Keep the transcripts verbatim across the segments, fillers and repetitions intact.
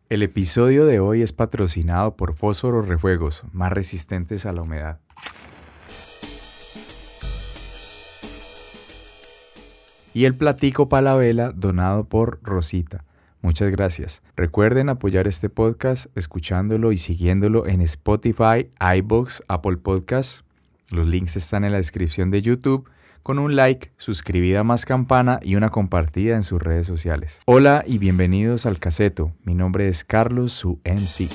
El episodio de hoy es patrocinado por Fósforo Refuegos, más resistentes a la humedad. Y el platico pa' la vela donado por Rosita. Muchas gracias. Recuerden apoyar este podcast escuchándolo y siguiéndolo en Spotify, iVoox, Apple Podcasts. Los links están en la descripción de YouTube. Con un like, suscribida más campana y una compartida en sus redes sociales. Hola y bienvenidos al Caseto. Mi nombre es Carlos, su M C.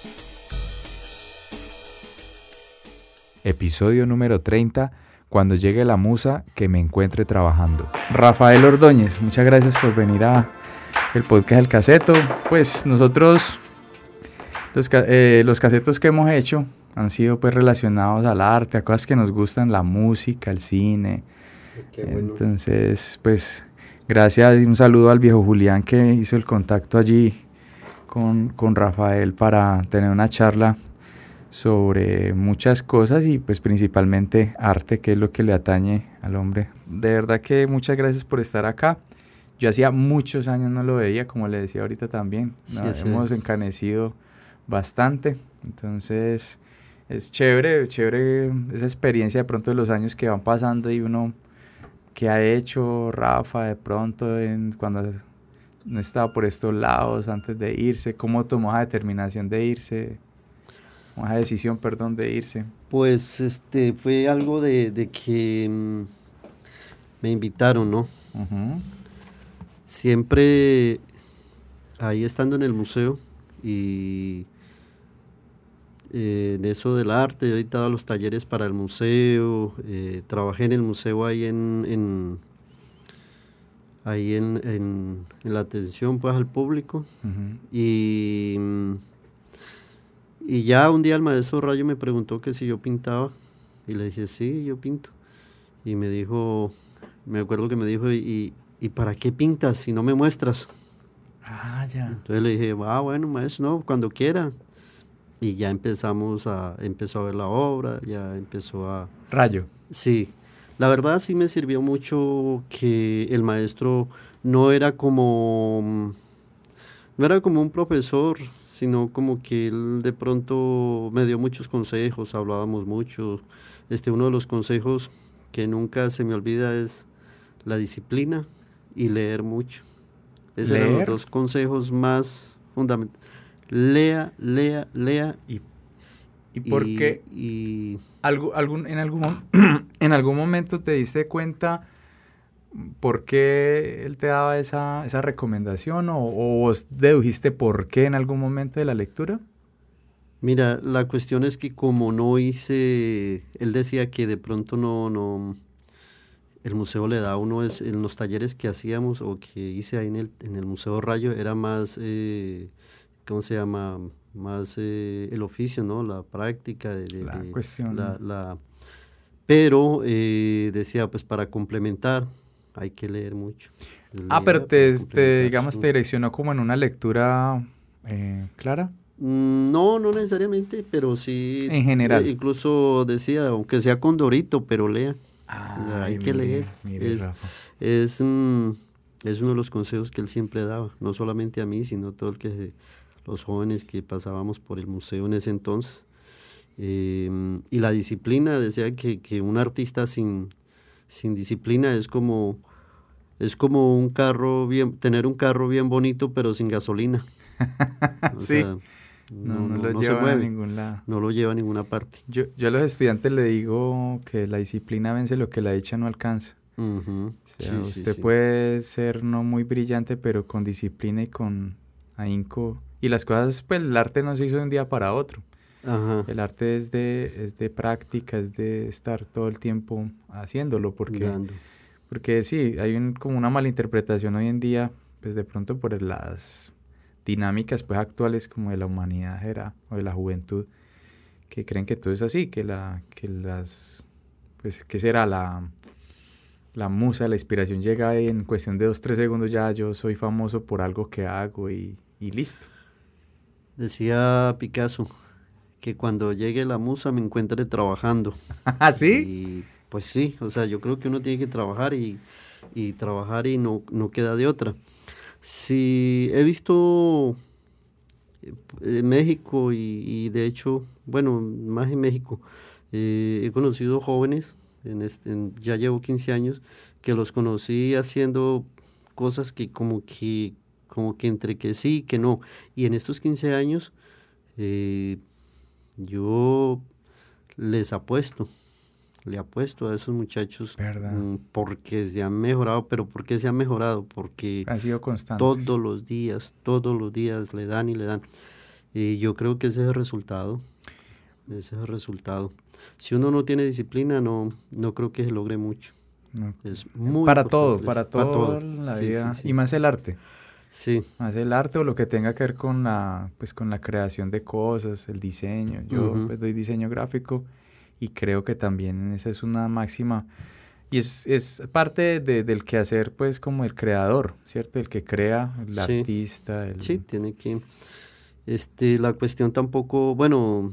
Episodio número treinta. Cuando llegue la musa que me encuentre trabajando. Rafael Ordóñez, muchas gracias por venir a el podcast del Caseto. Pues nosotros, los, eh, los casetos que hemos hecho han sido pues relacionados al arte, a cosas que nos gustan, la música, el cine. Qué bueno. Entonces, pues, gracias y un saludo al viejo Julián que hizo el contacto allí con, con Rafael para tener una charla sobre muchas cosas y pues principalmente arte, que es lo que le atañe al hombre. De verdad que muchas gracias por estar acá. Yo hacía muchos años no lo veía, como le decía ahorita también. ¿No? Sí, hemos encanecido bastante, entonces es chévere, chévere esa experiencia de pronto de los años que van pasando y uno que ha hecho Rafa de pronto en, cuando no estaba por estos lados antes de irse, cómo tomó esa determinación de irse, esa decisión, perdón, de irse. Pues este fue algo de, de que mmm, me invitaron, ¿no? Uh-huh. Siempre ahí estando en el museo y eh, en eso del arte, yo editaba los talleres para el museo, eh, trabajé en el museo ahí en, en ahí en, en, en la atención pues al público. Uh-huh. y, y ya un día el maestro Rayo me preguntó que si yo pintaba y le dije sí, yo pinto, y me dijo, me acuerdo que me dijo y, ¿y para qué pintas si no me muestras? Ah, ya. Entonces le dije, ah, bueno, maestro, no, cuando quiera. Y ya empezamos a, empezó a ver la obra, ya empezó a... Rayo. Sí, la verdad sí me sirvió mucho que el maestro no era como, no era como un profesor, sino como que él de pronto me dio muchos consejos, hablábamos mucho. Este, uno de los consejos que nunca se me olvida es la disciplina y leer mucho. Esos eran los dos consejos más fundamentales. Lea, lea, lea. ¿Y, y por y, qué? Y, ¿Algo, algún, en, algún, ¿En algún momento te diste cuenta por qué él te daba esa, esa recomendación o, o vos dedujiste por qué en algún momento de la lectura? Mira, la cuestión es que como no hice, él decía que de pronto no, no, el museo le da a uno, es, en los talleres que hacíamos o que hice ahí en el, en el Museo Rayo, era más... Eh, ¿cómo se llama? Más eh, el oficio, ¿no? La práctica. De, de, la de, cuestión. La, la, pero eh, decía, pues para complementar hay que leer mucho. Leer ah, pero te, te digamos, te direccionó como en una lectura eh, clara. Mm, no, no necesariamente, pero sí. En general. Eh, incluso decía, aunque sea con Dorito, pero lea. Ah, hay ay, que mire, leer. Mire, es, Rafa. es, mm, es uno de los consejos que él siempre daba, no solamente a mí, sino a todo el que se, los jóvenes que pasábamos por el museo en ese entonces. Eh, y la disciplina, decía que, que un artista sin, sin disciplina es como, es como un carro bien, tener un carro bien bonito pero sin gasolina. O sí. sea, no, no, no, no lo no lleva se mueve, a ningún lado. No lo lleva a ninguna parte. Yo, yo a los estudiantes le digo que la disciplina vence lo que la dicha no alcanza. Uh-huh. O sea, sí, usted sí, puede sí. ser no muy brillante, pero con disciplina y con ahínco. Y las cosas, pues el arte no se hizo de un día para otro. Ajá. El arte es de, es de práctica, es de estar todo el tiempo haciéndolo, porque, porque sí, hay un, como una malinterpretación hoy en día, pues de pronto por las dinámicas pues actuales como de la humanidad era, o de la juventud, que creen que todo es así, que la, que las, pues, ¿qué será? La, la musa, la inspiración llega y en cuestión de dos, tres segundos ya yo soy famoso por algo que hago y, y listo. Decía Picasso que cuando llegue la musa me encuentre trabajando. ¿Ah, sí? Y pues sí, o sea, yo creo que uno tiene que trabajar y, y trabajar y no, no queda de otra. Sí, he visto en México y, y de hecho, bueno, más en México, eh, he conocido jóvenes, en este, en, ya llevo quince años, que los conocí haciendo cosas que como que, como que entre que sí y que no. Y en estos quince años eh, yo les apuesto, le apuesto a esos muchachos mm, porque se han mejorado, pero ¿por qué se han mejorado? Porque han sido constantes. Todos los días, todos los días le dan y le dan. Y yo creo que ese es el resultado, ese es el resultado. Si uno no tiene disciplina, no, no creo que se logre mucho. No. Es muy para todo, para todo, para todo todo. la Sí, vida, sí, sí. y más el arte. Sí. Más el arte o lo que tenga que ver con la, pues, con la creación de cosas, el diseño. Yo Uh-huh. pues, doy diseño gráfico y creo que también esa es una máxima. Y es, es parte de, del quehacer, pues, como el creador, ¿cierto? El que crea, el Sí. artista. El... Sí, tiene que... Este, la cuestión tampoco... Bueno,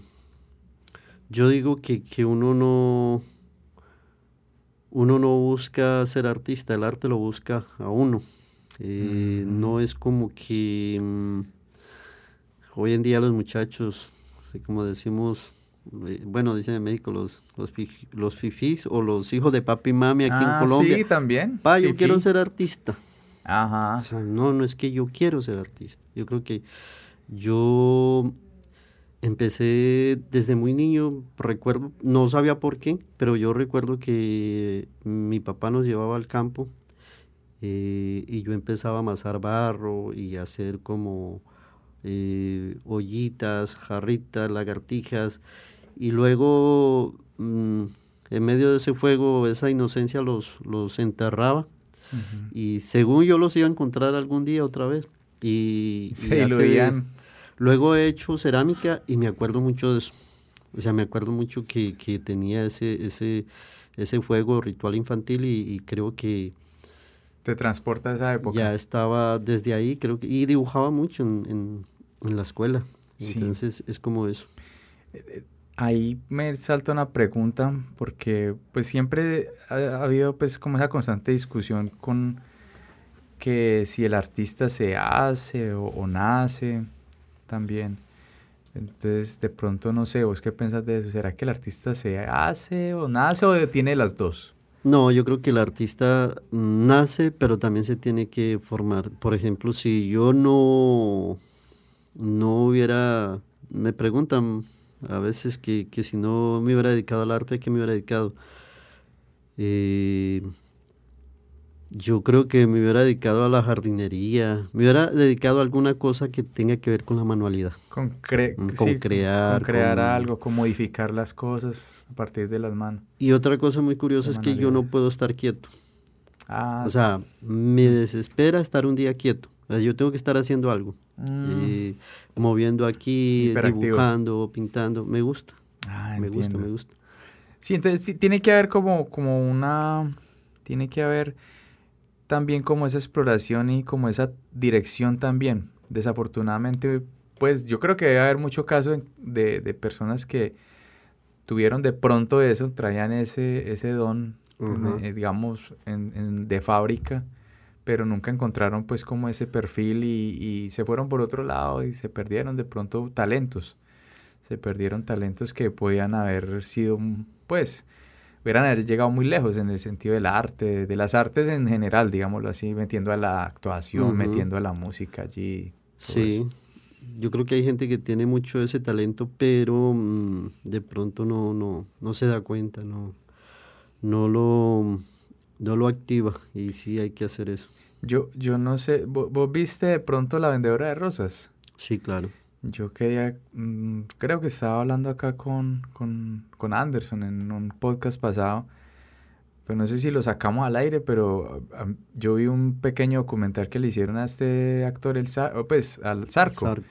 yo digo que, que uno no... Uno no busca ser artista, el arte lo busca a uno. Eh, Ujú. No es como que... mm, hoy en día los muchachos, así como decimos... eh, bueno, dicen en México los, los, fi- los fifís o los hijos de papi y mami aquí en Ah, Colombia. sí, también. Pa, yo Fifi. quiero ser artista. Ajá. O sea, no, no es que yo quiero ser artista. Yo creo que yo empecé desde muy niño, recuerdo, no sabía por qué, pero yo recuerdo que mi papá nos llevaba al campo eh, y yo empezaba a amasar barro y a hacer como eh, ollitas, jarritas, lagartijas, y luego mm, en medio de ese fuego, esa inocencia los, los enterraba. Ujú. Y según yo los iba a encontrar algún día otra vez. Y, y Sí, lo hace- veían. luego he hecho cerámica y me acuerdo mucho de eso. O sea, me acuerdo mucho que, que tenía ese, ese, ese juego ritual infantil y, y creo que Te transporta a esa época. ya estaba desde ahí, creo que, y dibujaba mucho en, en, en la escuela. Sí. Entonces es como eso. Ahí me salta una pregunta porque pues siempre ha, ha habido pues como esa constante discusión con que si el artista se hace o, o nace también. Entonces de pronto no sé, ¿vos qué pensás de eso? ¿Será que el artista se hace o nace o tiene las dos? No, yo creo que el artista mm, nace, pero también se tiene que formar. Por ejemplo, si yo no, no hubiera, me preguntan a veces que, que si no me hubiera dedicado al arte, ¿a qué me hubiera dedicado? Eh, yo creo que me hubiera dedicado a la jardinería, me hubiera dedicado a alguna cosa que tenga que ver con la manualidad. Con, cre Mm, sí, con con- crear, con crear con- algo, con modificar las cosas a partir de las manos. Y otra cosa muy curiosa De es que yo no manualidades. puedo estar quieto. Ah, O sea, me desespera estar un día quieto. O sea, yo tengo que estar haciendo algo. mm, eh, moviendo aquí, Hiperactivo. dibujando, pintando. Me gusta, ah, me gusta, entiendo. me gusta. Sí, entonces ti- tiene que haber como, como una, tiene que haber también como esa exploración y como esa dirección también. Desafortunadamente, pues yo creo que debe haber mucho caso en- de, de personas que tuvieron de pronto eso, traían ese, ese don, Ajá. eh, digamos, en, en- de fábrica, pero nunca encontraron pues como ese perfil y, y se fueron por otro lado y se perdieron de pronto talentos. Se perdieron talentos que podían haber sido, pues, hubieran haber llegado muy lejos en el sentido del arte, de las artes en general, digámoslo así, metiendo a la actuación, Ujú. metiendo a la música allí. todo Sí, eso. yo creo que hay gente que tiene mucho ese talento, pero mm, de pronto no, no, no se da cuenta, no, no lo, no lo activa. Y sí hay que hacer eso. Yo, yo no sé, ¿vo- ¿vos, viste de pronto La Vendedora de Rosas? Sí, claro. Yo quería, mm, creo que estaba hablando acá con, con, con Anderson en un podcast pasado, pero no sé si lo sacamos al aire, pero ah, yo vi un pequeño documental que le hicieron a este actor, el Zar- o pues al Zarco, Sar-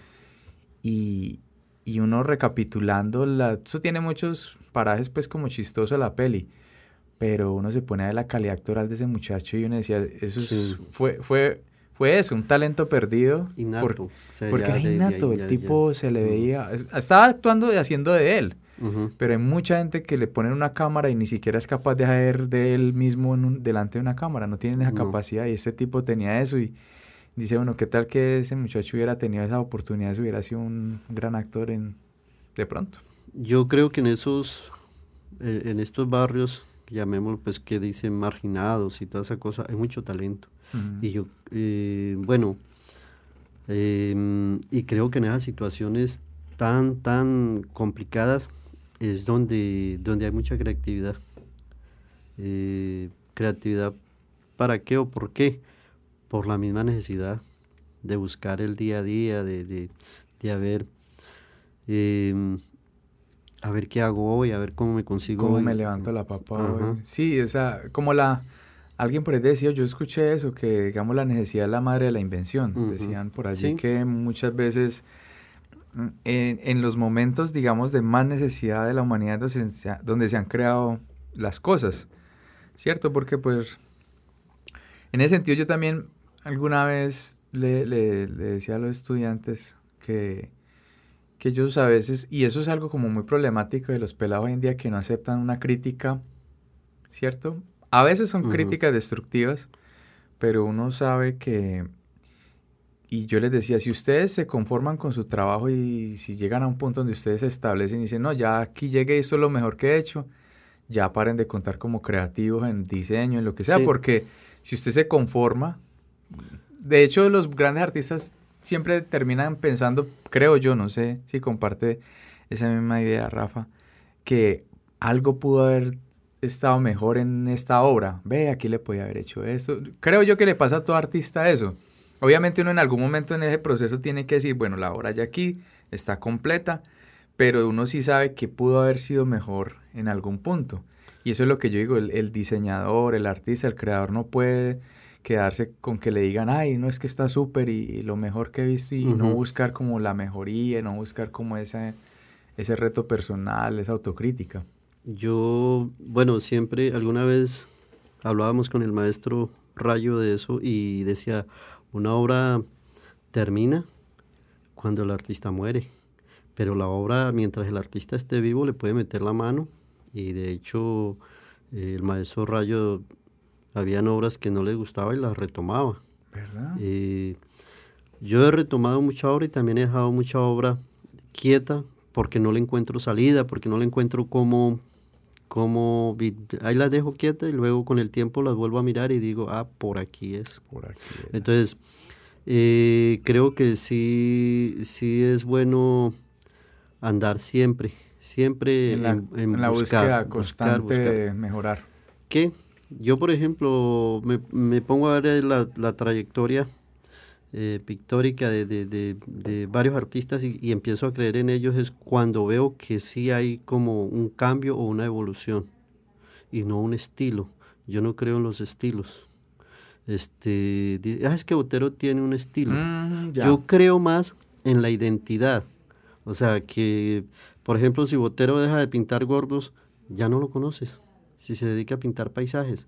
y, y uno recapitulando, la, eso tiene muchos parajes pues como chistoso la peli, pero uno se pone a ver la calidad actoral de ese muchacho y uno decía, eso es- Sí. fue, fue, fue eso, un talento perdido. Innato. por- O sea, porque ya era de- de innato, ahí el ya- tipo ya. se le Ujú. veía, es- estaba actuando y haciendo de él, Ujú. pero hay mucha gente que le ponen una cámara y ni siquiera es capaz de ver de él mismo en un- delante de una cámara, no tienen esa No. capacidad y este tipo tenía eso y, dice uno, ¿qué tal que ese muchacho hubiera tenido esa oportunidad, hubiera sido un gran actor en, de pronto? Yo creo que en esos, eh, en estos barrios, llamémoslo pues que dicen marginados y toda esa cosa, hay mucho talento. Uh-huh. Y yo, eh, bueno, eh, y creo que en esas situaciones tan, tan complicadas es donde, donde hay mucha creatividad. Eh, creatividad, ¿para qué o por qué? Por la misma necesidad de buscar el día a día, de, de, de a ver, eh, a ver qué hago hoy, a ver cómo me consigo ¿Cómo hoy. me levanto la papa Ajá. hoy? Sí, o sea, como la... Alguien por ahí decía, yo escuché eso, que digamos la necesidad es la madre de la invención. Ujú. Decían por allí Sí. que muchas veces mm, en, en los momentos, digamos, de más necesidad de la humanidad donde se, ha- donde se han creado las cosas, ¿cierto? Porque pues en ese sentido yo también alguna vez le, le, le decía a los estudiantes que, que ellos a veces, y eso es algo como muy problemático de los pelados hoy en día que no aceptan una crítica, ¿cierto? A veces son Ujú. críticas destructivas, pero uno sabe que, y yo les decía, si ustedes se conforman con su trabajo y si llegan a un punto donde ustedes se establecen y dicen, no, ya aquí llegué y esto es lo mejor que he hecho, ya paren de contar como creativos en diseño, en lo que sea, Sí. porque si usted se conforma, de hecho los grandes artistas siempre terminan pensando, creo yo, no sé si comparte esa misma idea, Rafa, que algo pudo haber estado mejor en esta obra. Ve, aquí le podía haber hecho esto. Creo yo que le pasa a todo artista eso. Obviamente uno en algún momento en ese proceso tiene que decir, bueno, la obra ya aquí está completa, pero uno sí sabe que pudo haber sido mejor en algún punto. Y eso es lo que yo digo, el, el diseñador, el artista, el creador no puede quedarse con que le digan, ay, no, es que está súper y, y lo mejor que he visto y no Ujú. buscar como la mejoría, no buscar como ese, ese reto personal, esa autocrítica. Yo, bueno, siempre, alguna vez hablábamos con el maestro Rayo de eso y decía, una obra termina cuando el artista muere, pero la obra, mientras el artista esté vivo, le puede meter la mano y de hecho eh, el maestro Rayo, habían obras que no le gustaba y las retomaba. ¿Verdad? Eh, yo he retomado mucha obra y también he dejado mucha obra quieta porque no le encuentro salida, porque no le encuentro cómo, cómo, vi- ahí las dejo quietas y luego con el tiempo las vuelvo a mirar y digo, ah, por aquí es. Por aquí. es. Entonces, eh, creo que sí, sí es bueno andar siempre, siempre En la, en, en en la buscar, búsqueda buscar, constante buscar. de mejorar. ¿Qué? Yo, por ejemplo, me, me pongo a ver la, la trayectoria eh, pictórica de, de, de, de varios artistas y, y empiezo a creer en ellos es cuando veo que sí hay como un cambio o una evolución y no un estilo. Yo no creo en los estilos. Este, di- ah, es que Botero tiene un estilo. Mm, ya. Yo creo más en la identidad. O sea, que, por ejemplo, si Botero deja de pintar gordos, ya no lo conoces. Si se dedica a pintar paisajes.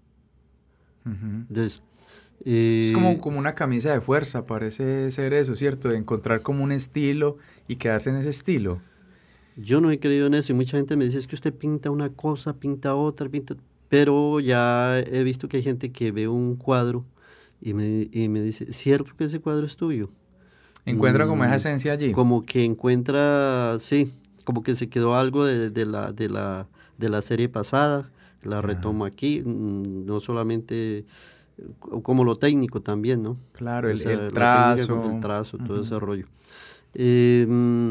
Ujú. Entonces, Es como, eh, como una camisa de fuerza, parece ser eso, ¿cierto? De encontrar como un estilo y quedarse en ese estilo. yo no he creído en eso y mucha gente me dice, es que usted pinta una cosa, pinta otra, pinta... Pero ya he visto que hay gente que ve un cuadro y me, y me dice, ¿cierto que ese cuadro es tuyo? Encuentra como esa Mm, esencia allí. como que encuentra, sí, como que se quedó algo de, de la, de, la, de la serie pasada, la Ya, retomo aquí, mm, no solamente eh, co- como lo técnico también, ¿no? claro, O el, sea, el la técnica con trazo. el trazo, todo ese Ujú. rollo. Eh, mm,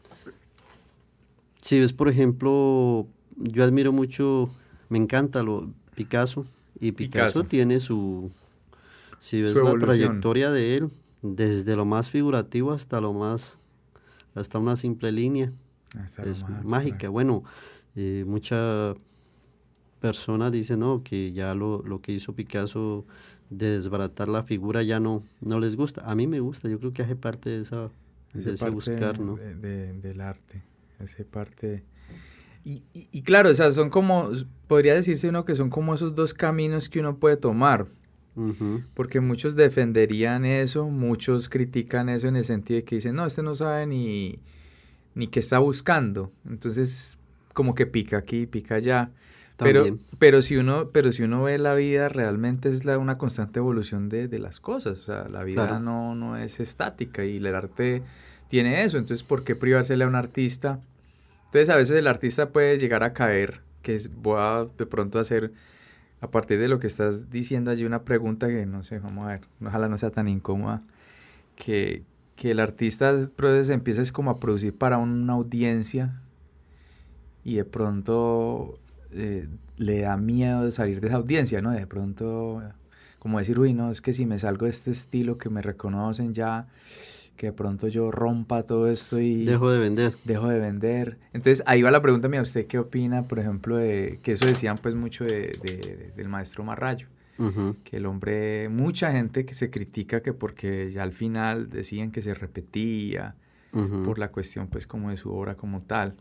si ves, por ejemplo, yo admiro mucho, me encanta lo Picasso, y Picasso Picasso, tiene su, si su ves la evolución. trayectoria de él, desde lo más figurativo hasta lo más, hasta una simple línea, Hasta lo es más mágica. abstracto. Bueno, eh, muchas personas dicen, no, que ya lo, lo que hizo Picasso de desbaratar la figura ya no, no les gusta. A mí me gusta, yo creo que hace parte de esa, de Hace ese parte buscar, ¿no? de, de- del arte. Hace parte. Y, y, y claro, o sea, son como, podría decirse uno que son como esos dos caminos que uno puede tomar. Ujú. Porque muchos defenderían eso, muchos critican eso en el sentido de que dicen, no, este no sabe ni, ni qué está buscando. Entonces, como que pica aquí, pica allá. Pero, pero, si uno, pero si uno ve la vida, realmente es la, una constante evolución de, de las cosas. O sea, la vida claro. no, no es estática y el arte tiene eso. Entonces, ¿por qué privársele a un artista? Entonces, a veces el artista puede llegar a caer, que es, voy a de pronto hacer, a partir de lo que estás diciendo allí, una pregunta que, no sé, vamos a ver, ojalá no sea tan incómoda, que, que el artista entonces empieza es como a producir para una audiencia y de pronto... Eh, le da miedo de salir de esa audiencia, ¿no? De pronto, como decir, uy, no, es que si me salgo de este estilo que me reconocen ya, que de pronto yo rompa todo esto y... Dejo de vender. Dejo de vender. Entonces, ahí va la pregunta mía, ¿usted qué opina, por ejemplo, de que eso decían pues mucho de, de, del maestro Marrayo? Uh-huh. Que el hombre, mucha gente que se critica que porque ya al final decían que se repetía, uh-huh. por la cuestión pues como de su obra como tal.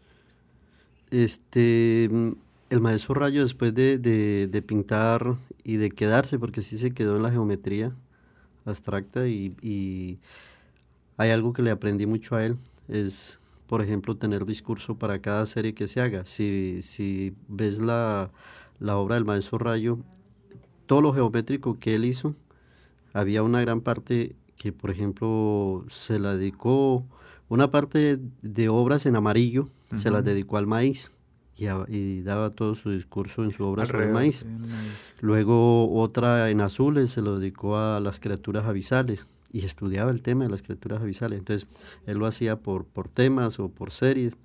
Este... El maestro Rayo, después de, de, de pintar y de quedarse, porque sí se quedó en la geometría abstracta y, y hay algo que le aprendí mucho a él, es, por ejemplo, tener discurso para cada serie que se haga. Si, si ves la, la obra del maestro Rayo, todo lo geométrico que él hizo, había una gran parte que, por ejemplo, se la dedicó, una parte de obras en amarillo, uh-huh. se las dedicó al maíz. Y, y daba todo su discurso en su obra Alrededor, sobre el maíz. Sí, el maíz. Luego otra en azules se lo dedicó a las criaturas abisales y estudiaba el tema de las criaturas abisales. Entonces él lo hacía por, por temas o por series.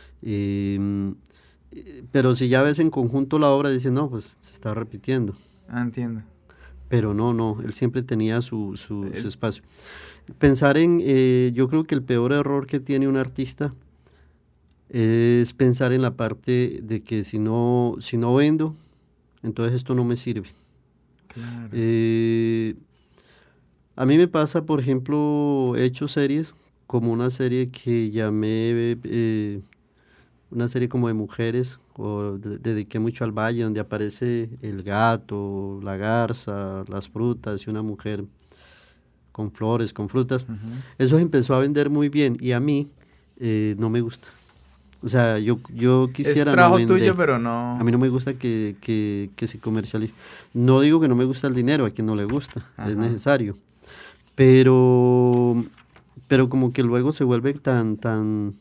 Y, pero si ya ves en conjunto la obra, dices, no, pues se está repitiendo. Ah, entiendo. Pero no, no, él siempre tenía su, su, el... su espacio. Pensar en, eh, yo creo que el peor error que tiene un artista es pensar en la parte de que si no, si no vendo, entonces esto no me sirve. Claro. Eh, a mí me pasa, por ejemplo, he hecho series, como una serie que llamé, eh, una serie como de mujeres, o de, dediqué mucho al valle, donde aparece el gato, la garza, las frutas y una mujer con flores, con frutas. Uh-huh. Eso empezó a vender muy bien y a mí eh, no me gusta. O sea, yo, yo quisiera... Es trabajo no vender. tuyo, pero no... A mí no me gusta que, que, que se comercialice. No digo que no me gusta el dinero, a quien no le gusta, Ajá. es necesario. Pero, pero como que luego se vuelve tan, tan...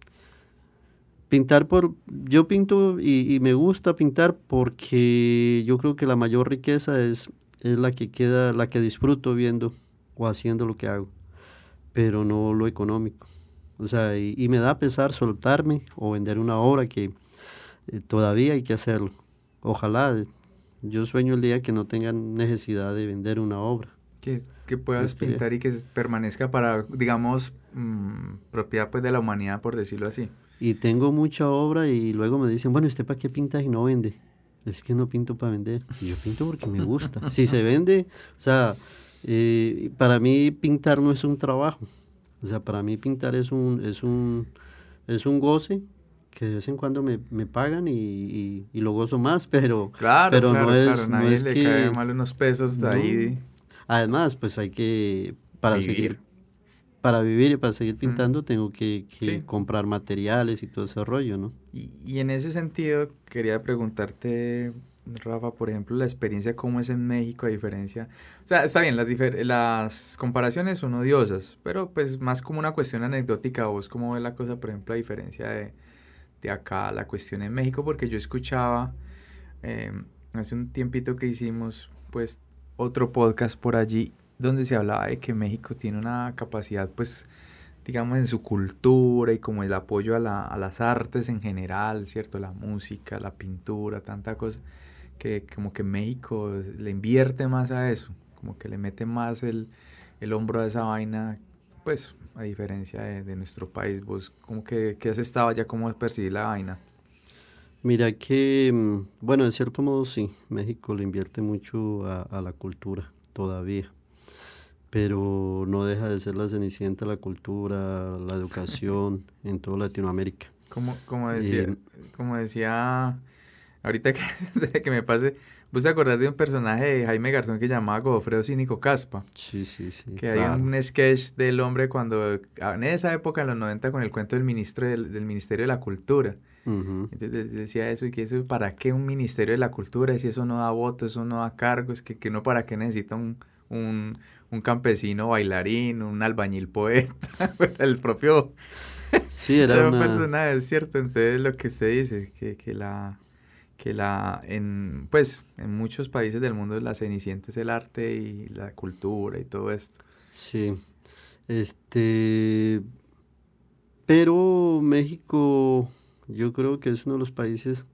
Pintar por... Yo pinto y, y me gusta pintar porque yo creo que la mayor riqueza es, es la que queda, la que disfruto viendo o haciendo lo que hago, pero no lo económico. O sea, y, y me da pesar soltarme o vender una obra que eh, todavía hay que hacerlo. Ojalá, yo sueño el día que no tengan necesidad de vender una obra. Que, que puedas este, pintar y que permanezca para, digamos, mmm, propiedad pues de la humanidad, por decirlo así. Y tengo mucha obra y luego me dicen, bueno, ¿usted para qué pinta y no vende? Es que no pinto para vender. Y yo pinto porque me gusta. Si se vende, o sea, eh, para mí pintar no es un trabajo. O sea, para mí pintar es un, es un, es un goce que de vez en cuando me, me pagan y, y, y lo gozo más, pero, claro, pero claro, no es, claro. Nadie no es le que... cae mal unos pesos no. ahí. Además, pues hay que, para vivir. seguir, para vivir y para seguir pintando, mm. tengo que, que sí. comprar materiales y todo ese rollo, ¿no? Y, y en ese sentido, quería preguntarte... Rafa, por ejemplo, la experiencia cómo es en México a diferencia, o sea, está bien, las, difer- las comparaciones son odiosas, pero pues más como una cuestión anecdótica, vos cómo ves la cosa, por ejemplo, a diferencia de, de acá, la cuestión en México, porque yo escuchaba eh, hace un tiempito que hicimos pues otro podcast por allí, donde se hablaba de que México tiene una capacidad pues digamos en su cultura y como el apoyo a, la, a las artes en general, ¿cierto? La música, la pintura, tanta cosa, que como que México le invierte más a eso, como que le mete más el, el hombro a esa vaina, pues a diferencia de, de nuestro país. Vos como que, que has estado allá, ¿cómo percibir la vaina? Mira que, bueno, de cierto modo sí, México le invierte mucho a, a la cultura todavía, pero no deja de ser la cenicienta la cultura, la educación en toda Latinoamérica. Como, como decía, eh, como decía ahorita que, de que me pase, ¿vos te acordás de un personaje de Jaime Garzón que llamaba Godofredo Cínico Caspa? Sí, sí, sí. Que hay Claro. un sketch del hombre cuando, en esa época, en los noventa, con el cuento del ministro del, del Ministerio de la Cultura. Ujú. Entonces decía eso, y que eso, ¿para qué un Ministerio de la Cultura? Si eso no da votos, eso no da cargos, que, que no, ¿para qué necesita un, un, un campesino bailarín, un albañil poeta? El propio Sí, era el una... personaje, es cierto. Entonces lo que usted dice, que, que la... que la en pues en muchos países del mundo la cenicienta es el arte y la cultura y todo esto. Sí. Este... Pero México, yo creo que es uno de los países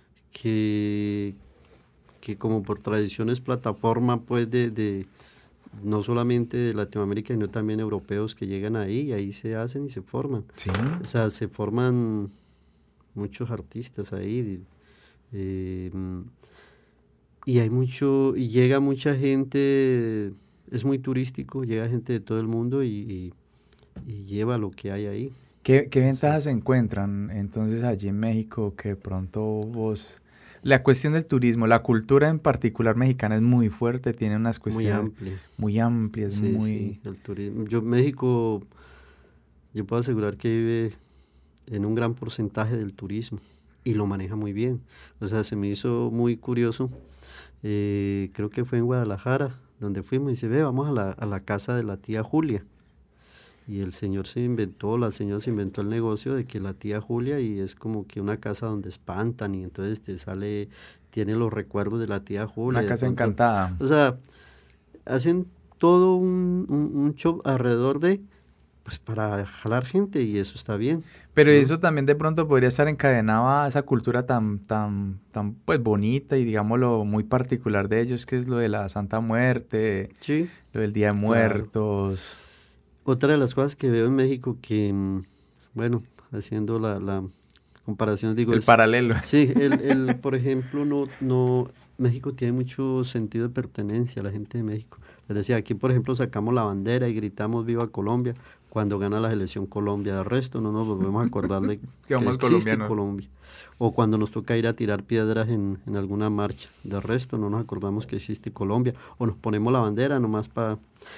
que, que como por tradición es plataforma, pues, de, de no solamente de Latinoamérica, sino también europeos que llegan ahí y ahí se hacen y se forman. Sí. O sea, se forman muchos artistas ahí. eh, y hay mucho, y llega mucha gente, es muy turístico, llega gente de todo el mundo y, y, y lleva lo que hay ahí. ¿Qué, qué Sí. ventajas se encuentran entonces allí en México que pronto vos... La cuestión del turismo, la cultura en particular mexicana es muy fuerte, tiene unas Muy cuestiones amplia. muy amplias, Sí, muy... sí, el turismo. Yo, México, yo puedo asegurar que vive en un gran porcentaje del turismo y lo maneja muy bien. O sea, se me hizo muy curioso. Eh, creo que fue en Guadalajara, donde fuimos y dice, ve, vamos a la, a la casa de la tía Julia. Y el señor se inventó, la señora se inventó el negocio de que la tía Julia, y es como que una casa donde espantan y entonces te sale, tiene los recuerdos de la tía Julia. Una de casa pronto, encantada. o sea, hacen todo un, un, un show alrededor de, pues para jalar gente y eso está bien. Pero ¿no? eso también de pronto podría estar encadenado a esa cultura tan, tan, tan, pues bonita y digámoslo muy particular de ellos, que es lo de la Santa Muerte, Sí, lo del Día de claro. Muertos. Otra de las cosas que veo en México que, mm, bueno, haciendo la, la comparación, digo, El es, paralelo. sí, el, el, por ejemplo, no, no, México tiene mucho sentido de pertenencia, la gente de México. Les decía, aquí, por ejemplo, sacamos la bandera y gritamos Viva Colombia cuando gana la selección Colombia. De resto, no nos volvemos a acordar de Que que somos existe colombianos. Colombia. O cuando nos toca ir a tirar piedras en, en alguna marcha. De resto, no nos acordamos que existe Colombia. O nos ponemos la bandera nomás para...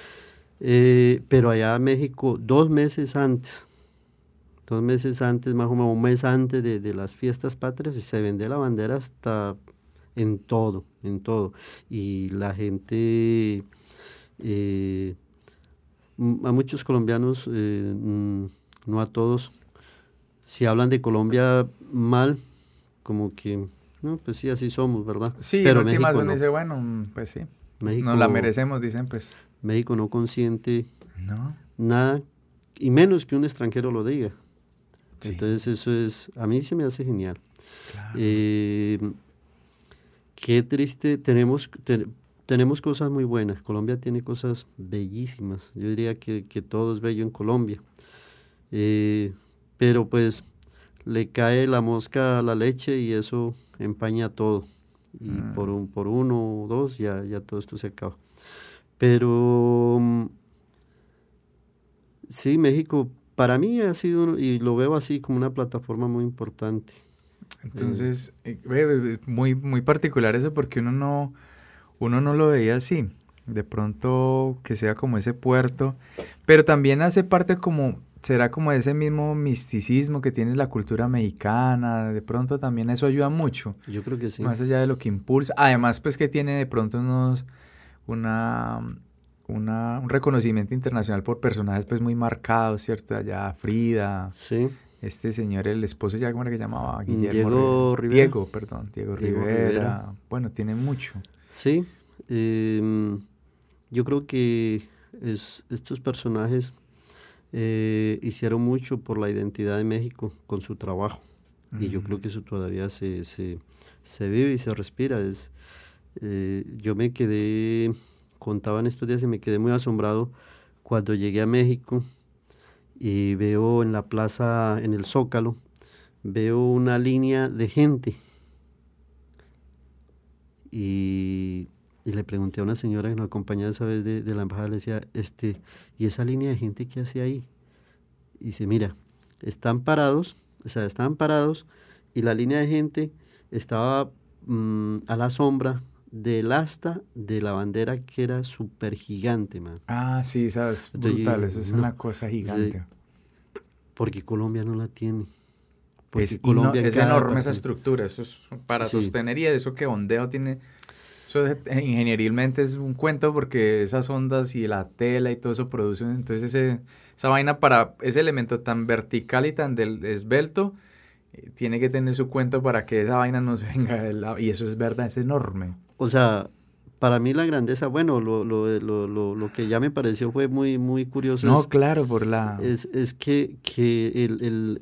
Eh, pero allá en México, dos meses antes, dos meses antes, más o menos un mes antes de, de las fiestas patrias, se vende la bandera hasta en todo, en todo. Y la gente, eh, m- a muchos colombianos, eh, mm, no a todos, si hablan de Colombia mal, como que, no, pues sí, así somos, ¿verdad? Sí, Pero en últimas México uno no. dice, bueno, mm, pues sí, México, nos la merecemos, dicen pues. México no consiente No, nada, y menos que un extranjero lo diga. sí, Entonces eso es, a mí se me hace genial. claro. Eh, qué triste, tenemos, te- tenemos cosas muy buenas, Colombia tiene cosas bellísimas, yo diría que, que todo es bello en Colombia. Eh, pero pues le cae la mosca a la leche y eso empaña todo. Y Mm. por, un, por uno o dos ya, ya todo esto se acaba. Pero mm, sí, México para mí ha sido, uno- y lo veo así como una plataforma muy importante. Entonces, eh, ve, ve, ve, muy, muy particular eso porque uno no, uno no lo veía así. De pronto que sea como ese puerto, pero también hace parte como, será como ese mismo misticismo que tiene la cultura mexicana. De pronto también eso ayuda mucho, Yo creo que sí. más allá de lo que impulsa. Además, pues que tiene de pronto unos, una, una, un reconocimiento internacional por personajes pues muy marcados, ¿cierto? Allá Frida. Sí. Este señor, el esposo, ya, ¿cómo era que llamaba? Diego Guillermo Rivera. Diego, perdón, Diego, Diego Rivera. Rivera. Bueno, tiene mucho. Sí. em, yo creo que es, estos personajes eh, hicieron mucho por la identidad de México con su trabajo. Y yo creo que eso todavía se, se, se vive y se respira. Es, eh, yo me quedé, contaba en estos días y me quedé muy asombrado cuando llegué a México y veo en la plaza, en el Zócalo, veo una línea de gente. Y, y le pregunté a una señora que nos acompañaba esa vez de, de la embajada, le decía, este, ¿y esa línea de gente qué hace ahí? Y dice, mira, están parados, o sea, estaban parados y la línea de gente estaba mm, a la sombra del asta de la bandera que era súper gigante, man. Ah, sí, sabes, Entonces yo brutal, digo, eso es no, una cosa gigante. porque Colombia no la tiene. Es, Porque y no, Colombia en es cada enorme esa departamento. estructura, eso es para Sí, sostener y eso que ondeo tiene, eso es- eh, ingenierilmente es un cuento porque esas ondas y la tela y todo eso producen, entonces ese, esa vaina para ese elemento tan vertical y tan del, esbelto, eh, tiene que tener su cuento para que esa vaina no se venga de lado, y eso es verdad, es enorme. o sea, para mí la grandeza, bueno, lo, lo, lo, lo, lo que ya me pareció fue muy, muy curioso No, es, claro, por la es, es que, que el, el,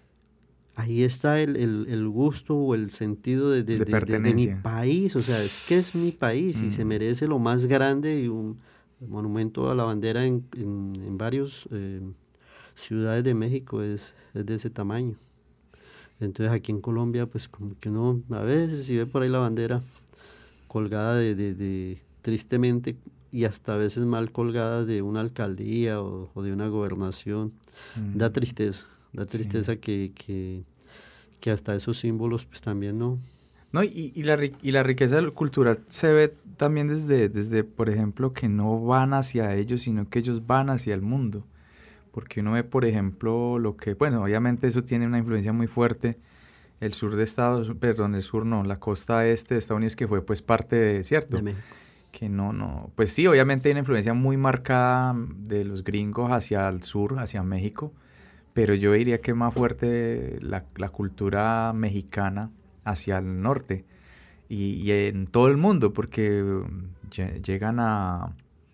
ahí está el, el, el gusto o el sentido de, de, de de, de, de mi pertenencia. país, o sea, es que es mi país y se Mm, merece lo más grande y un monumento a la bandera en, en, en varios eh, ciudades de México es, es de ese tamaño. Entonces aquí en Colombia, pues como que uno a veces si ve por ahí la bandera colgada de, de, de tristemente y hasta a veces mal colgada de una alcaldía o, o de una gobernación, da mm, tristeza, da sí. tristeza que, que, que hasta esos símbolos pues también no. No, y, y, la, ri- y la riqueza cultural se ve también desde, desde, por ejemplo, que no van hacia ellos, sino que ellos van hacia el mundo. Porque uno ve, por ejemplo, lo que, bueno, obviamente eso tiene una influencia muy fuerte. El sur de Estados, perdón, el sur no, la costa este de Estados Unidos que fue pues parte de, De ¿cierto? México. Que no, no, pues sí, obviamente hay una influencia muy marcada de los gringos hacia el sur, hacia México, pero yo diría que es más fuerte la, la cultura mexicana hacia el norte y, y en todo el mundo, porque um, lle- llegan a...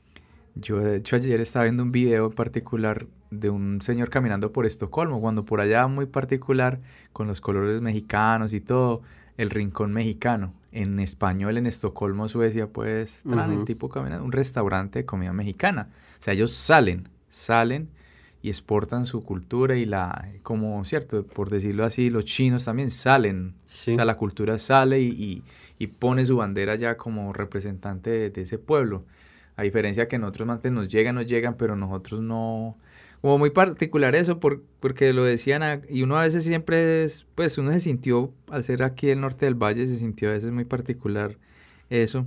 Yo de hecho ayer estaba viendo un video en particular de un señor caminando por Estocolmo, cuando por allá muy particular, con los colores mexicanos y todo, el rincón mexicano. En español, en Estocolmo, Suecia, pues, tran, el Ujú. tipo caminando, un restaurante de comida mexicana. O sea, ellos salen, salen y exportan su cultura y la, como, cierto, por decirlo así, los chinos también salen. O Sí, sea, la cultura sale y, y, y pone su bandera ya como representante de, de ese pueblo. A diferencia que en otros antes nos llegan, nos llegan, pero nosotros no. Como muy particular eso, por, porque lo decían, a- y uno a veces siempre es, pues uno se sintió, al ser aquí el norte del valle, se sintió a veces muy particular eso,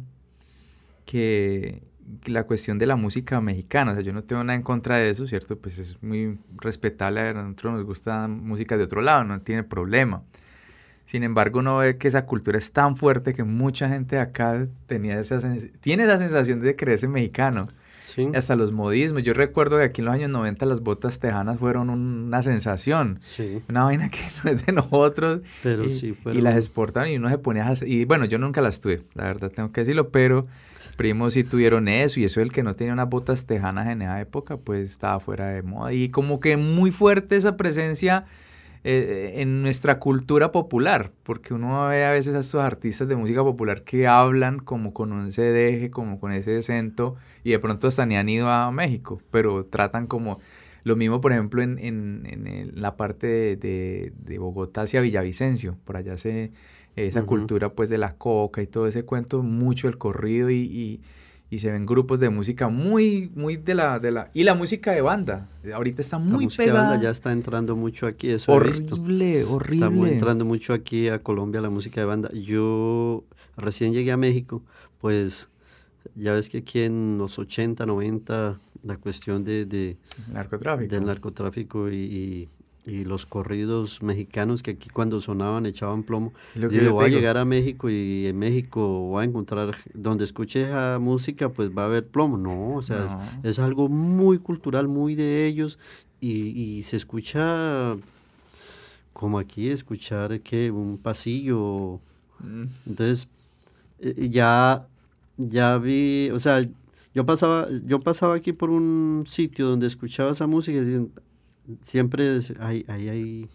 que, que la cuestión de la música mexicana, o sea, yo no tengo nada en contra de eso, ¿cierto? Pues es muy respetable, a nosotros nos gusta música de otro lado, no tiene problema. Sin embargo, uno ve que esa cultura es tan fuerte que mucha gente de acá tenía esa sens- tiene esa sensación de creerse mexicano. sí, Hasta los modismos. Yo recuerdo que aquí en los años noventa las botas tejanas fueron un- una sensación. sí, Una vaina que no es de nosotros. pero Y, sí y las fueron, exportaron y uno se ponía a hacer- Y bueno, yo nunca las tuve, la verdad tengo que decirlo, pero primos sí tuvieron eso. Y eso el que no tenía unas botas tejanas en esa época, pues estaba fuera de moda. Y como que muy fuerte esa presencia eh, en nuestra cultura popular, porque uno ve a veces a estos artistas de música popular que hablan como con un deje, como con ese acento, y de pronto hasta ni han ido a México, pero tratan como lo mismo, por ejemplo, en, en, en el- la parte de, de, de Bogotá hacia Villavicencio, por allá se esa ujú. cultura pues de la coca y todo ese cuento, mucho el corrido y, y, y se ven grupos de música muy, muy de la, de la... Y la música de banda, ahorita está La muy música de banda pegada. ya está entrando mucho aquí, eso he visto. Horrible, Está mu- horrible. entrando mucho aquí a Colombia la música de banda. Yo recién llegué a México, pues ya ves que aquí en los ochenta noventa la cuestión de, de- Narcotráfico. del narcotráfico y, y- y los corridos mexicanos que aquí cuando sonaban echaban plomo. Es lo Yo que dije, yo te voy a digo. llegar a México y en México voy a encontrar, donde escuche esa música, pues va a haber plomo. No, o sea, es, No. es algo muy cultural, muy de ellos y, y se escucha como aquí, escuchar que un pasillo. Mm. Entonces, eh, ya, ya vi, o sea, yo pasaba, yo pasaba aquí por un sitio donde escuchaba esa música y decían- siempre decía, ay, ay, ay,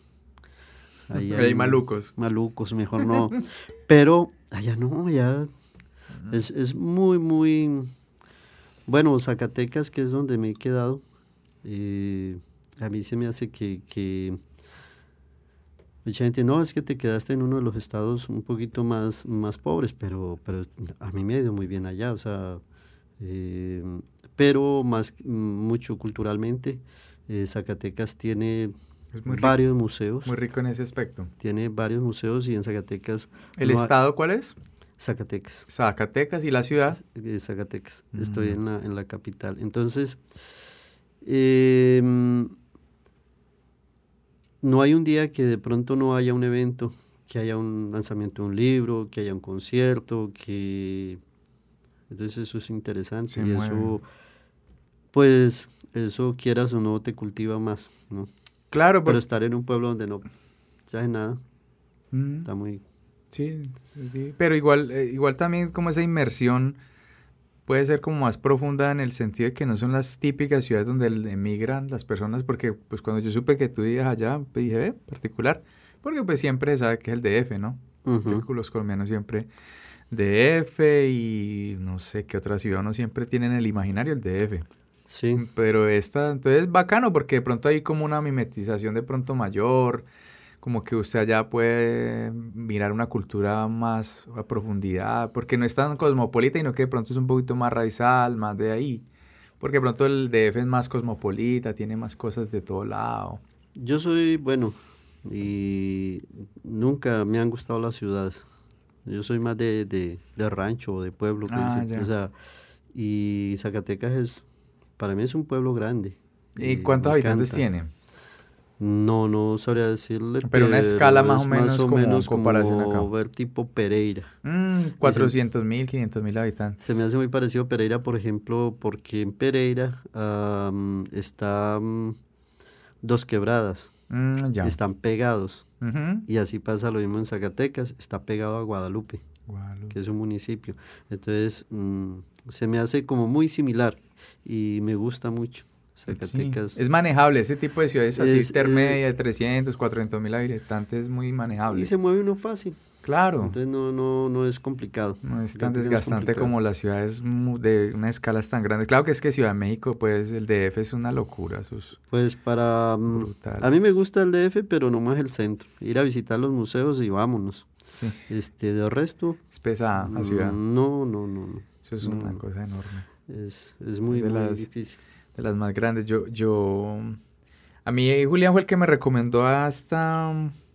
ahí Hay hay malucos. malucos, mejor no. Pero allá no, allá es, es muy, muy, bueno, Zacatecas, que es donde me he quedado, eh, a mí se me hace que, que mucha gente, no, es que te quedaste en uno de los estados un poquito más, más pobres, pero, pero a mí me ha ido muy bien allá, o sea, eh, pero más, mm, mucho culturalmente, eh, Zacatecas tiene Es muy rico, varios museos. muy rico en ese aspecto. Tiene varios museos y en Zacatecas... ¿El no hay- estado cuál es? Zacatecas. Zacatecas, ¿y la ciudad? eh, Zacatecas. Mm. Estoy en la, en la capital. Entonces, eh, no hay un día que de pronto no haya un evento, que haya un lanzamiento de un libro, que haya un concierto, que... Entonces eso es interesante Se y mueve. eso, pues, eso quieras o no te cultiva más, ¿no? Claro, Pero pero... estar en un pueblo donde no se hace nada, Mm, está muy... sí, sí, pero igual, eh, igual también como esa inmersión puede ser como más profunda en el sentido de que no son las típicas ciudades donde el- emigran las personas, porque pues cuando yo supe que tú vivías allá, pues, dije, ve, particular, porque pues siempre se sabe que es el D F, ¿no? Ujú. Los colombianos siempre D F y no sé qué otra ciudad, no siempre tienen el imaginario el D F. Sí, Pero esta, entonces es bacano porque de pronto hay como una mimetización de pronto mayor, como que usted allá puede mirar una cultura más a profundidad, porque no es tan cosmopolita, sino que de pronto es un poquito más raizal, más de ahí. Porque de pronto el D F es más cosmopolita, tiene más cosas de todo lado. yo soy, bueno, y nunca me han gustado las ciudades. Yo soy más de, de, de rancho o de pueblo, que Ah, dicen, ya. o sea, y Zacatecas es, para mí es un pueblo grande. ¿Y y cuántos me habitantes encanta. tiene? No, no sabría decirle, Pero una escala más es o menos más o como en menos comparación acá. como ver tipo Pereira. Mm, cuatrocientos mil, quinientos mil habitantes. Se me hace muy parecido a Pereira, por ejemplo, porque en Pereira am, está mm, Dos Quebradas, Mm, ya. están pegados. Ujú. Y así pasa lo mismo en Zacatecas, está pegado a Guadalupe, Guadalupe. que es un municipio. Entonces, mm, se me hace como muy similar y me gusta mucho. Zacatecas. Sí, es manejable, ese tipo de ciudades así Es, intermedia, eh, de trescientos, cuatrocientos mil habitantes, es muy manejable. Y se mueve uno fácil. Claro, Entonces no, no, no es complicado. no es tan Fíjate que no es desgastante complicado. como las ciudades mu- de unas escalas tan grandes. Claro que es que Ciudad de México, pues el D F es una locura, eso es Pues para... mm, brutal. A mí me gusta el D F, pero no más el centro. Ir a visitar los museos y vámonos. Sí, Este, de resto... es pesada la mm, ciudad, No, no, no, no. eso es no, una no. cosa enorme. Es, es muy, de muy las- difícil. De las más grandes. Yo, yo, a mí eh, Julián fue el que me recomendó a esta,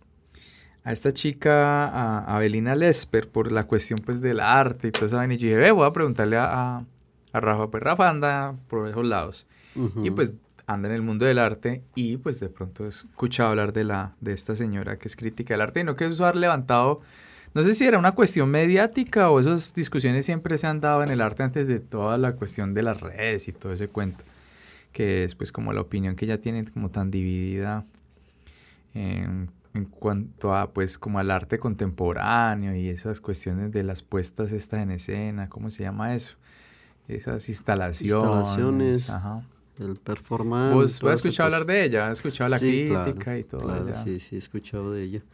a esta chica, a Avelina Lesper, por la cuestión pues del arte y toda esa vaina. Y yo dije, ve, voy a preguntarle a, a, a Rafa. Pues Rafa anda por esos lados. Ujú. Y pues anda en el mundo del arte y pues de pronto he escuchado hablar de la de esta señora que es crítica del arte y no que eso ha levantado, no sé si era una cuestión mediática o esas discusiones siempre se han dado en el arte antes de toda la cuestión de las redes y todo ese cuento, que es pues como la opinión que ella tiene como tan dividida en, en cuanto a pues como al arte contemporáneo y esas cuestiones de las puestas estas en escena, ¿cómo se llama eso? Esas instalaciones. Instalaciones, Ajá. el performance. ¿Vos, vos toda has esa escuchado cosa. hablar de ella? ¿Has escuchado la Sí, crítica claro, y todo? claro, ella? sí, sí, he escuchado de ella.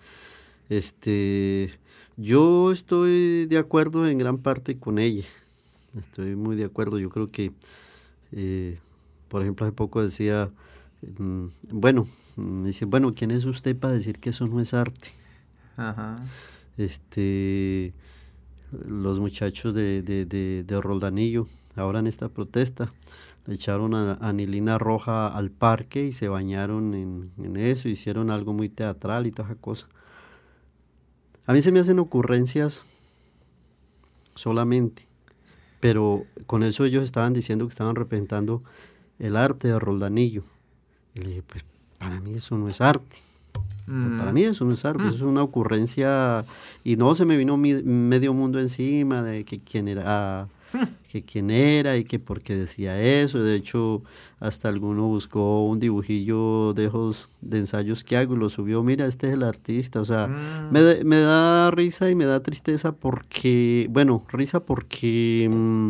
Este, yo estoy de acuerdo en gran parte con ella. Estoy muy de acuerdo. Yo creo que, eh, por ejemplo, hace poco decía, mm, bueno, mm, dice, bueno, ¿quién es usted para decir que eso no es arte? Ajá. Este, los muchachos de, de, de, de Roldanillo, ahora en esta protesta, le echaron a, anilina roja al parque y se bañaron en, en eso, hicieron algo muy teatral y toda esa cosa. A mí se me hacen ocurrencias solamente, pero con eso ellos estaban diciendo que estaban representando el arte de Roldanillo. Y le dije, pues para mí eso no es arte. Pues, Mm. para mí eso no es arte, eso es una ocurrencia. Y no se me vino mi- medio mundo encima de que quién era, que quién era y que por qué decía eso. De hecho, hasta alguno buscó un dibujillo de esos de ensayos que hago y lo subió. Mira, este es el artista. O sea, Mm. me, da- me da risa y me da tristeza porque, bueno, risa porque, mm,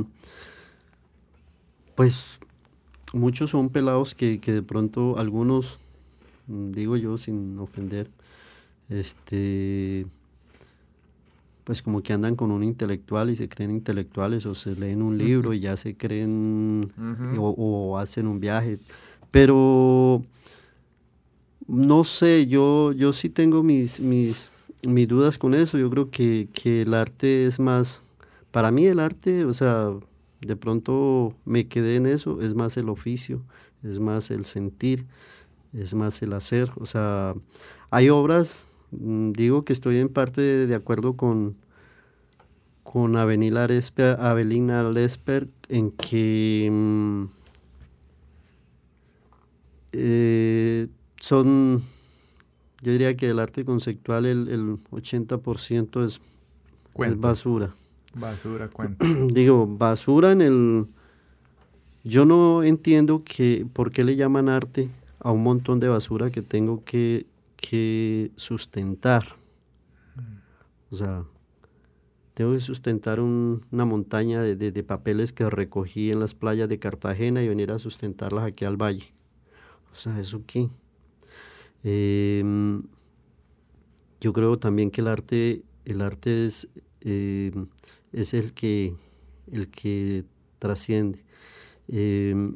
pues, muchos son pelados que, que de pronto algunos, mm, digo yo sin ofender, este, pues como que andan con un intelectual y se creen intelectuales o se leen un libro y ya se creen Ujú. o, o hacen un viaje. Pero no sé, yo, yo sí tengo mis, mis, mis dudas con eso. Yo creo que, que el arte es más, para mí el arte, o sea, de pronto me quedé en eso, es más el oficio, es más el sentir. es más el hacer. O sea, hay obras, mm, digo que estoy en parte de, de acuerdo con, con Avelina Lesper, Avelina Lesper en que mm, eh, son, yo diría que el arte conceptual el, el ochenta por ciento es, es basura. Basura, cuento. Digo, basura en el... Yo no entiendo que por qué le llaman arte a un montón de basura que tengo que, que sustentar. O sea, tengo que sustentar un- una montaña de, de- de papeles que recogí en las playas de Cartagena y venir a sustentarlas aquí al valle. O sea, ¿eso qué? Em, yo creo también que el arte, el arte es, em, es el que, el que trasciende. Em,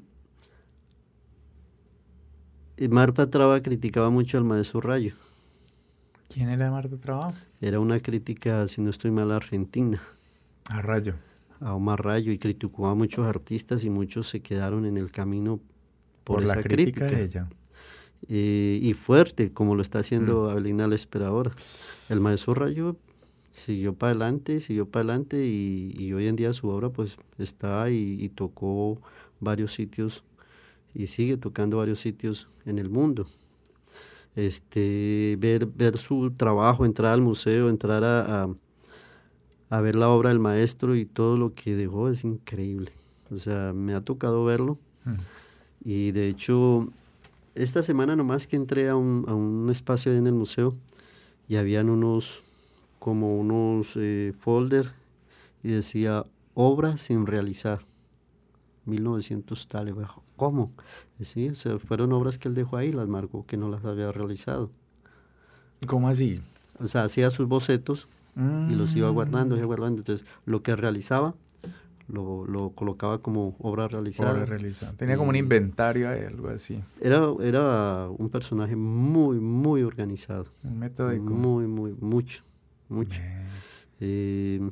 eh, Marta Traba criticaba mucho al maestro Rayo. ¿Quién era Marta Trabajo? Era una crítica, si no estoy mal, argentina, A Rayo. a Omar Rayo, y criticó a muchos artistas y muchos se quedaron en el camino por, Por esa la crítica, crítica. de ella. Eh, y fuerte, como lo está haciendo Mm. Avelina Lesper ahora. El maestro Rayo siguió para adelante, siguió para adelante y, y hoy en día su obra pues está y, y tocó varios sitios y sigue tocando varios sitios en el mundo. Este, ver, ver su trabajo, entrar al museo, entrar a, a, a ver la obra del maestro y todo lo que dejó es increíble. O sea, me ha tocado verlo Mm. y de hecho esta semana nomás que entré a un, a un espacio ahí en el museo y habían unos, como unos eh, folder y decía obra sin realizar, mil novecientos tal, y bajo, ¿cómo? Sí, o sea, fueron obras que él dejó ahí, las marcó que no las había realizado. ¿Cómo así? O sea, hacía sus bocetos y los iba guardando, iba Mm. guardando. Entonces, lo que realizaba lo, lo colocaba como obra realizada. Obra realizada. Tenía como un Y inventario ahí, algo así. Era, era un personaje muy, muy organizado. Un metódico. Muy, muy, mucho, mucho. Ve. Eh,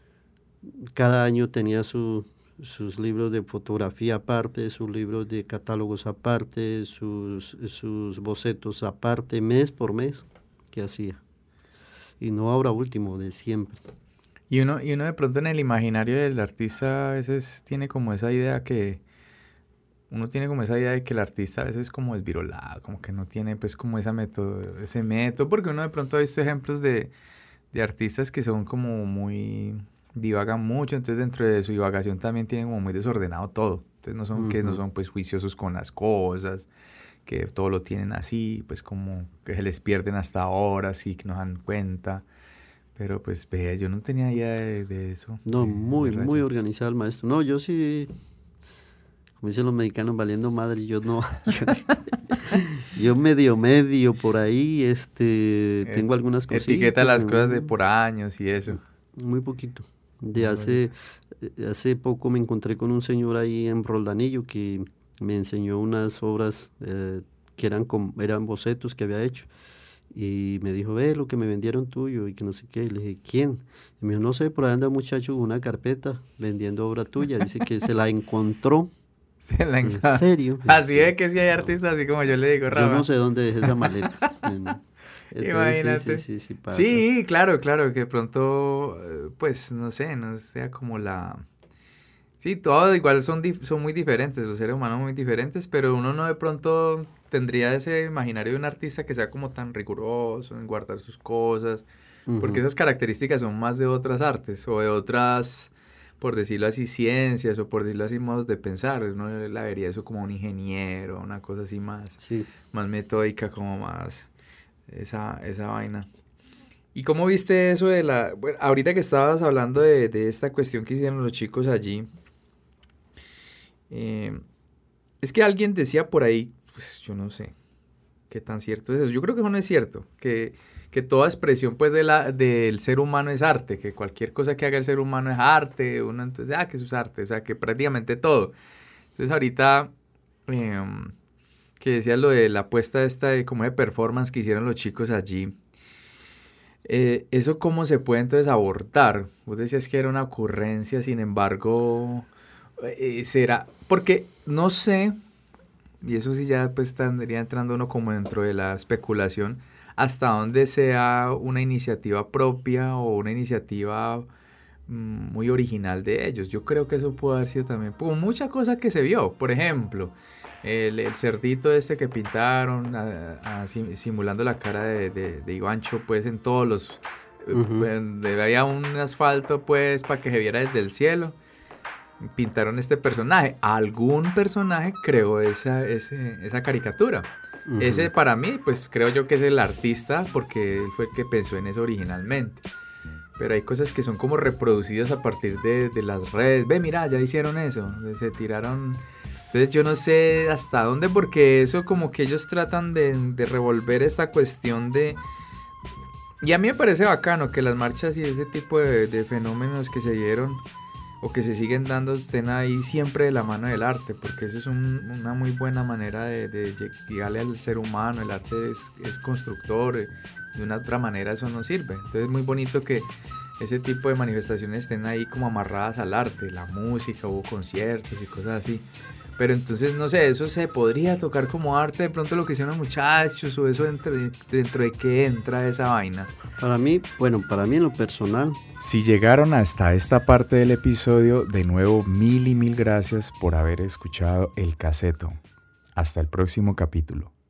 cada año tenía su, sus libros de fotografía aparte, sus libros de catálogos aparte, sus, sus bocetos aparte, mes por mes, que hacía. Y no ahora último, de siempre. Y uno, y uno de pronto en el imaginario del artista a veces tiene como esa idea que... Uno tiene como esa idea de que el artista a veces es como desvirolado, como que no tiene pues como esa método, ese método, porque uno de pronto ha visto ejemplos de, de artistas que son como muy... divagan mucho, entonces dentro de su divagación también tienen como muy desordenado todo. Entonces no son, que no Ujú. son pues juiciosos con las cosas, que todo lo tienen así, pues como que se les pierden hasta horas y que no dan cuenta. Pero pues vea, yo no tenía idea de, de eso. No, de- muy, de muy Rayo. organizado el maestro. No, yo sí, como dicen los mexicanos, valiendo madre, yo no. Yo, yo medio, medio por ahí, este, Eh, tengo algunas cositas. Etiqueta las mm, cosas de por años y eso. Muy poquito. De Muy hace, eh, hace poco me encontré con un señor ahí en Roldanillo que me enseñó unas obras eh, que eran, com- eran bocetos que había hecho. Y me dijo, ve lo que me vendieron tuyo y que no sé qué. Y le dije, ¿quién? Y me dijo, no sé, por ahí anda un muchacho con una carpeta vendiendo obra tuya. Dice que se la encontró. Se la ¿En enca- serio? Así Este, es que si hay artistas, así como yo le digo, yo Rafa. no sé dónde dejé esa maleta. En- Entonces, Imagínate. sí, sí, sí, sí pasa. Sí, claro, claro, que de pronto, eh, pues, no sé, no sea como la... Sí, todos igual son, dif- son muy diferentes, los seres humanos muy diferentes, pero uno no de pronto tendría ese imaginario de un artista que sea como tan riguroso en guardar sus cosas, porque Ujú. esas características son más de otras artes o de otras, por decirlo así, ciencias o por decirlo así, modos de pensar. Uno la vería eso como un ingeniero, una cosa así más, Sí. más metódica, como más esa, esa vaina. ¿Y cómo viste eso de la... Bueno, ahorita que estabas hablando de, de esta cuestión que hicieron los chicos allí, eh, es que alguien decía por ahí, pues yo no sé qué tan cierto es eso. Yo creo que eso no es cierto, que, que toda expresión pues de la, del ser humano es arte, que cualquier cosa que haga el ser humano es arte, uno entonces, ah, que eso es arte, o sea, que prácticamente todo. Entonces ahorita... Eh, que decías lo de la apuesta esta de como de performance que hicieron los chicos allí. Eh, ¿Eso cómo se puede entonces abordar? Vos decías que era una ocurrencia, sin embargo, eh, será... Porque no sé, y eso sí ya pues tendría entrando uno como dentro de la especulación, hasta dónde sea una iniciativa propia o una iniciativa mmm, muy original de ellos. Yo creo que eso puede haber sido también, como mucha cosa que se vio, por ejemplo, el, el cerdito este que pintaron, a, a, simulando la cara de, de, de Ivancho, pues en todos los... Uh-huh. Había un asfalto pues para que se viera desde el cielo, pintaron este personaje, algún personaje creó esa, ese, esa caricatura. Uh-huh. Ese para mí pues creo yo que es el artista, porque él fue el que pensó en eso originalmente, pero hay cosas que son como reproducidas a partir de, de las redes. Ve, mira, ya hicieron eso, se tiraron. Entonces yo no sé hasta dónde, porque eso como que ellos tratan de, de revolver esta cuestión de... Y a mí me parece bacano que las marchas y ese tipo de, de fenómenos que se dieron o que se siguen dando estén ahí siempre de la mano del arte, porque eso es un, una muy buena manera de, de llegarle al ser humano. El arte es, es constructor, de una otra manera eso no sirve. Entonces es muy bonito que ese tipo de manifestaciones estén ahí como amarradas al arte, la música, hubo conciertos y cosas así. Pero entonces, no sé, eso se podría tocar como arte, de pronto lo que hicieron los muchachos, o eso dentro de, dentro de qué entra esa vaina. Para mí, bueno, para mí en lo personal. Si llegaron hasta esta parte del episodio, de nuevo mil y mil gracias por haber escuchado El Caseto. Hasta el próximo capítulo.